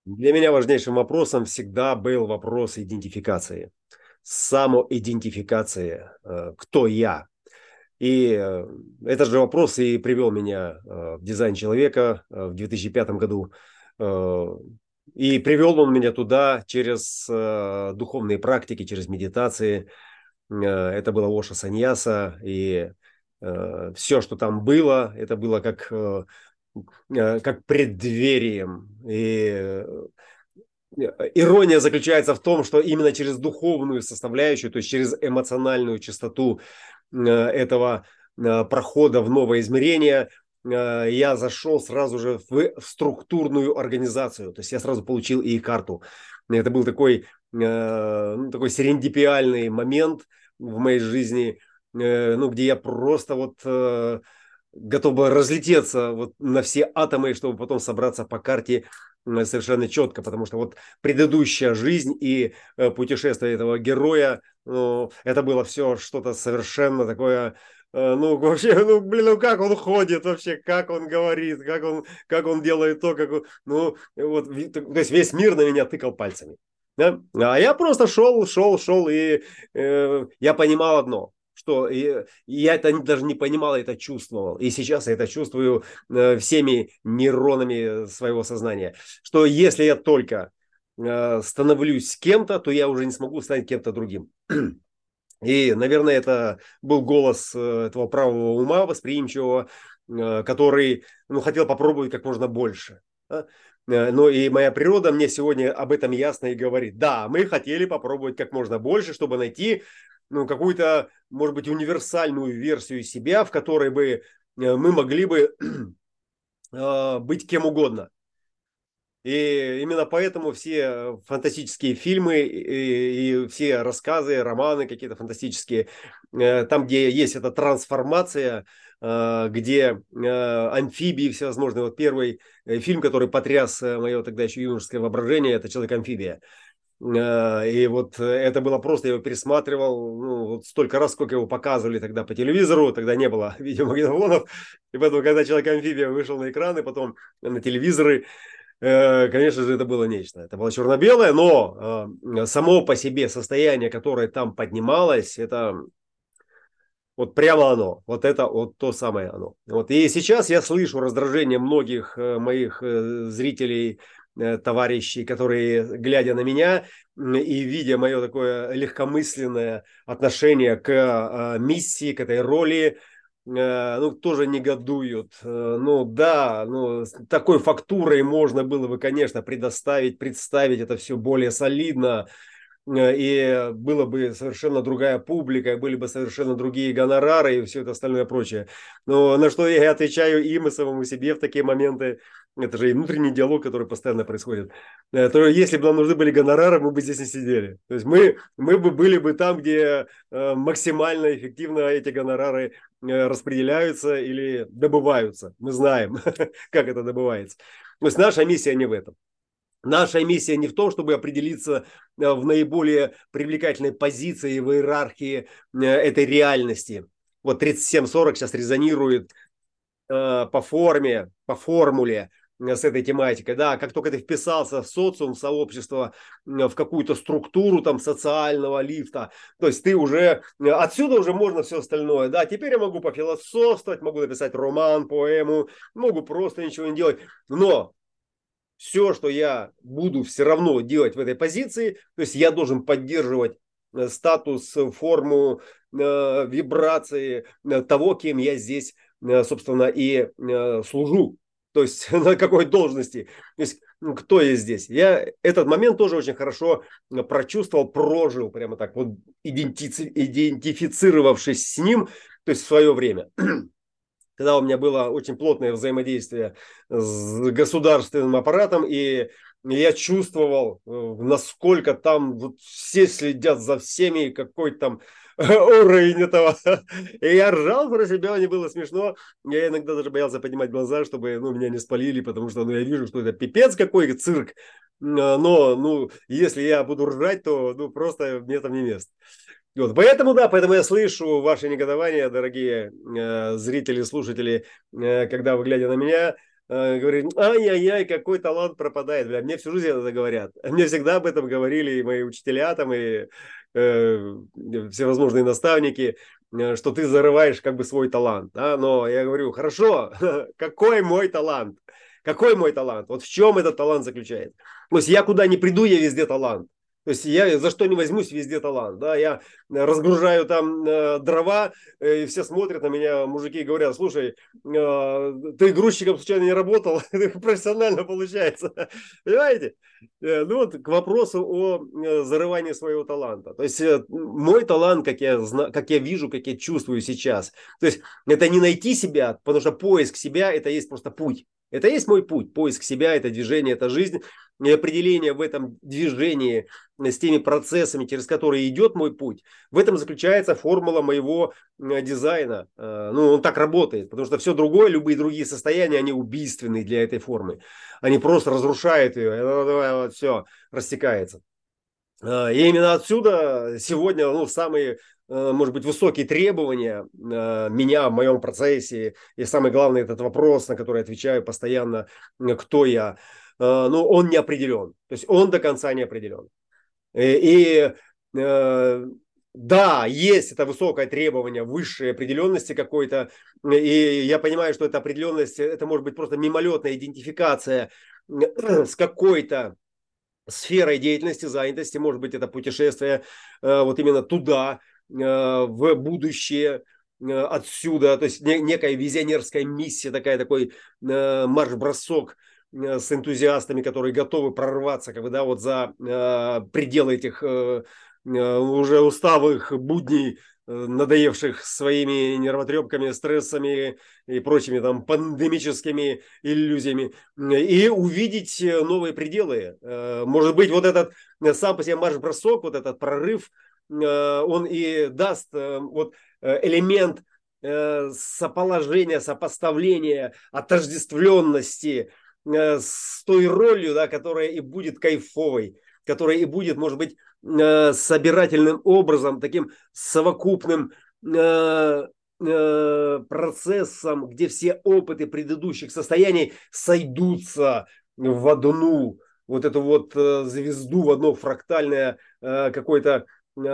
Для меня важнейшим вопросом всегда был вопрос идентификации, самоидентификации, кто я. И этот же вопрос и привел меня в дизайн человека в 2005 году. Э, И привел он меня туда через духовные практики, через медитации. Это было Оша Саньяса, и все, что там было, это было как преддверием. И ирония заключается в том, что именно через духовную составляющую, то есть через эмоциональную чистоту этого прохода в новое измерение, я зашел сразу же в структурную организацию. То есть я сразу получил и карту. Это был такой серендипиальный момент в моей жизни, где я просто готов был разлететься вот на все атомы, чтобы потом собраться по карте совершенно четко, потому что вот предыдущая жизнь и путешествие этого героя, ну, это было все что-то совершенно такое, ну, вообще, ну, блин, ну, как он ходит вообще, как он говорит, как он делает то, ну, вот, то есть весь мир на меня тыкал пальцами. Да? А я просто шел, и я понимал одно, что я это даже не понимал, я это чувствовал. И сейчас я это чувствую всеми нейронами своего сознания, что если я только становлюсь кем-то, то я уже не смогу стать кем-то другим. И, наверное, это был голос этого правого ума восприимчивого, который хотел попробовать как можно больше. Да? Но и моя природа мне сегодня об этом ясно и говорит. Да, мы хотели попробовать как можно больше, чтобы найти какую-то, может быть, универсальную версию себя, в которой бы мы могли бы быть кем угодно. И именно поэтому все фантастические фильмы и все рассказы, романы какие-то фантастические, там, где есть эта трансформация, где амфибии всевозможные. Вот первый фильм, который потряс мое тогда еще юношеское воображение, это «Человек-амфибия». И вот это было просто, я его пересматривал вот столько раз, сколько его показывали тогда по телевизору, тогда не было видеомагнитофонов, и поэтому, когда «Человек-амфибия» вышел на экраны, потом на телевизоры, конечно же, это было нечто. Это было черно-белое, но само по себе состояние, которое там поднималось, это вот прямо оно. Вот это вот то самое оно. Вот. И сейчас я слышу раздражение многих моих зрителей, товарищей, которые, глядя на меня и видя мое такое легкомысленное отношение к миссии, к этой роли, тоже негодуют. Ну да, с такой фактурой можно было бы, конечно, представить это все более солидно, и была бы совершенно другая публика, были бы совершенно другие гонорары и все это остальное прочее. Но на что я отвечаю им и самому себе в такие моменты, это же и внутренний диалог, который постоянно происходит. То если бы нам нужны были гонорары, мы бы здесь не сидели. То есть мы бы были бы там, где максимально эффективно эти гонорары распределяются или добываются. Мы знаем, как это добывается. То есть наша миссия не в этом. Наша миссия не в том, чтобы определиться в наиболее привлекательной позиции в иерархии этой реальности. Вот 3740 сейчас резонирует по форме, по формуле с этой тематикой. Да, как только ты вписался в социум, в сообщество, в какую-то структуру там социального лифта, то есть ты уже, отсюда уже можно все остальное. Да, теперь я могу пофилософствовать, могу написать роман, поэму, могу просто ничего не делать. Но все, что я буду все равно делать в этой позиции, то есть я должен поддерживать статус, форму, вибрации того, кем я здесь, собственно, и служу. То есть на какой должности. То есть кто я здесь. Я этот момент тоже очень хорошо прочувствовал, прожил прямо так вот, идентифицировавшись с ним, то есть в свое время. Когда у меня было очень плотное взаимодействие с государственным аппаратом, и я чувствовал, насколько там вот все следят за всеми, какой там уровень этого. И я ржал про себя, мне было смешно. Я иногда даже боялся поднимать глаза, чтобы меня не спалили, потому что я вижу, что это пипец какой цирк. Но если я буду ржать, то просто мне там не место. Вот, поэтому, да, поэтому я слышу ваше негодование, дорогие зрители, слушатели, когда вы, глядя на меня, говорит, ай-яй-яй, какой талант пропадает. Бля, мне всю жизнь это говорят. Мне всегда об этом говорили и мои учителя, там, и всевозможные наставники, что ты зарываешь как бы свой талант. Да? Но я говорю, хорошо, какой мой талант? Какой мой талант? Вот в чем этот талант заключается? То есть я куда ни приду, я везде талант. То есть я за что не возьмусь, везде талант. Да? Я разгружаю там дрова, и все смотрят на меня, мужики, и говорят, слушай, ты грузчиком случайно не работал? Профессионально получается. Понимаете? Ну вот к вопросу о зарывании своего таланта. То есть мой талант, как я вижу, как я чувствую сейчас, то есть это не найти себя, потому что поиск себя это есть просто путь. Это есть мой путь. Поиск себя, это движение, это жизнь. И определение в этом движении с теми процессами, через которые идет мой путь, в этом заключается формула моего дизайна. Ну, он так работает, потому что все другое, любые другие состояния, они убийственные для этой формы. Они просто разрушают ее, и вот все растекается. И именно отсюда сегодня самые, может быть, высокие требования меня в моем процессе. И самый главный этот вопрос, на который я отвечаю постоянно, кто я. Ну, он не определен. То есть он до конца не определен. И да, есть это высокое требование высшей определенности какой-то. И я понимаю, что эта определенность, это может быть просто мимолетная идентификация с какой-то сферой деятельности, занятости, может быть, это путешествие вот именно туда, в будущее, отсюда, то есть некая визионерская миссия, такой марш-бросок с энтузиастами, которые готовы прорваться как бы, да, вот за пределы этих уже усталых будней, надоевших своими нервотрепками, стрессами и прочими там пандемическими иллюзиями, и увидеть новые пределы. Может быть, вот этот сам по себе марш-бросок, вот этот прорыв, он и даст вот элемент соположения, сопоставления, отождествленности с той ролью, да, которая и будет кайфовой, которая и будет, может быть, собирательным образом, таким совокупным процессом, где все опыты предыдущих состояний сойдутся в одну вот эту вот звезду, в одно фрактальное какое-то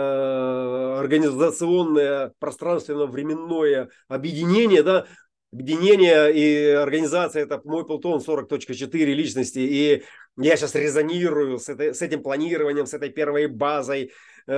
организационное пространственно-временное объединение, да, объединение и организация, это мой Плутон 40.4 личности, и я сейчас резонирую с этим планированием, с этой первой базой,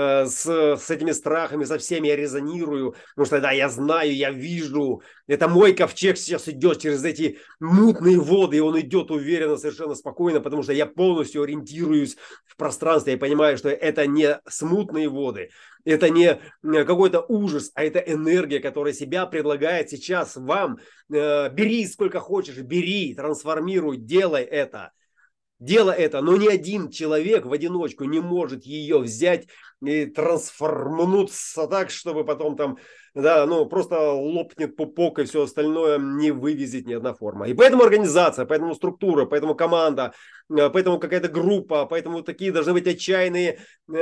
с этими страхами, со всеми я резонирую, потому что да, я знаю, я вижу, это мой ковчег сейчас идет через эти мутные воды, и он идет уверенно, совершенно спокойно, потому что я полностью ориентируюсь в пространстве, я понимаю, что это не смутные воды, это не какой-то ужас, а это энергия, которая себя предлагает сейчас вам. Бери сколько хочешь, бери, трансформируй, делай это. Дело это, но ни один человек в одиночку не может ее взять и трансформнуться так, чтобы потом там, да, ну, просто лопнет пупок и все остальное не вывезет ни одна форма. И поэтому организация, поэтому структура, поэтому команда, поэтому какая-то группа, поэтому такие должны быть отчаянные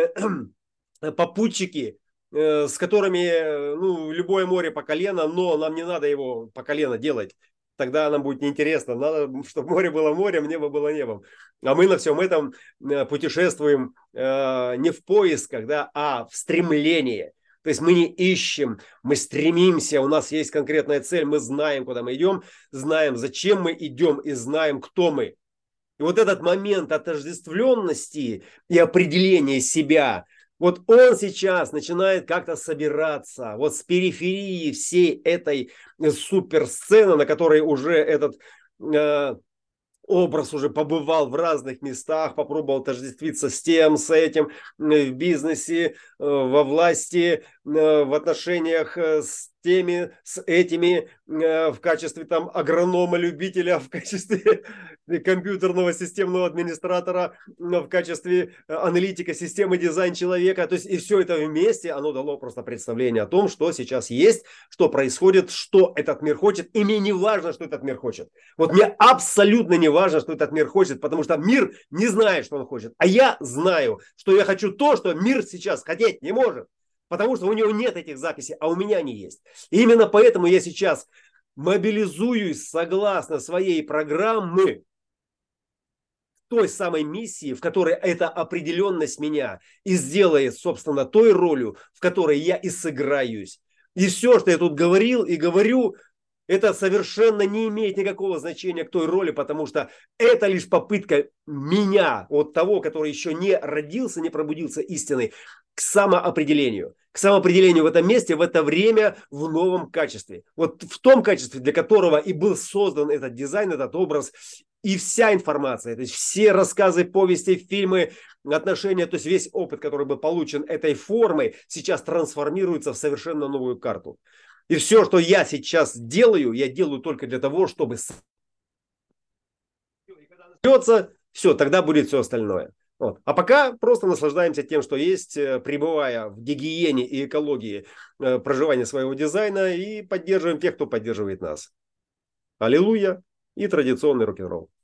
попутчики, с которыми, ну, любое море по колено, но нам не надо его по колено делать. Тогда нам будет неинтересно. Надо, чтобы море было морем, небо было небом. А мы на всем этом путешествуем не в поисках, да, а в стремлении. То есть мы не ищем, мы стремимся, у нас есть конкретная цель, мы знаем, куда мы идем, знаем, зачем мы идем и знаем, кто мы. И вот этот момент отождествленности и определения себя, вот он сейчас начинает как-то собираться вот с периферии всей этой суперсцены, на которой уже этот образ уже побывал в разных местах, попробовал отождествиться с тем, с этим, в бизнесе, во власти, в отношениях с теми, с этими, в качестве там агронома-любителя, в качестве компьютерного системного администратора, в качестве аналитика системы дизайн человека. То есть и все это вместе, оно дало просто представление о том, что сейчас есть, что происходит, что этот мир хочет. И мне не важно, что этот мир хочет. Вот мне абсолютно не важно, что этот мир хочет, потому что мир не знает, что он хочет. А я знаю, что я хочу то, что мир сейчас хотеть не может. Потому что у него нет этих записей, а у меня они есть. И именно поэтому я сейчас мобилизуюсь согласно своей программы той самой миссии, в которой эта определенность меня и сделает, собственно, той ролью, в которой я и сыграюсь. И все, что я тут говорил и говорю, это совершенно не имеет никакого значения к той роли, потому что это лишь попытка меня, от того, который еще не родился, не пробудился истиной, к самоопределению. К самоопределению в этом месте, в это время, в новом качестве. Вот в том качестве, для которого и был создан этот дизайн, этот образ, и вся информация, то есть все рассказы, повести, фильмы, отношения, то есть весь опыт, который был получен этой формой, сейчас трансформируется в совершенно новую карту. И все, что я сейчас делаю, я делаю только для того, чтобы... И когда начнется, все, тогда будет все остальное. Вот. А пока просто наслаждаемся тем, что есть, пребывая в гигиене и экологии проживания своего дизайна, и поддерживаем тех, кто поддерживает нас. Аллилуйя и традиционный рок-н-ролл.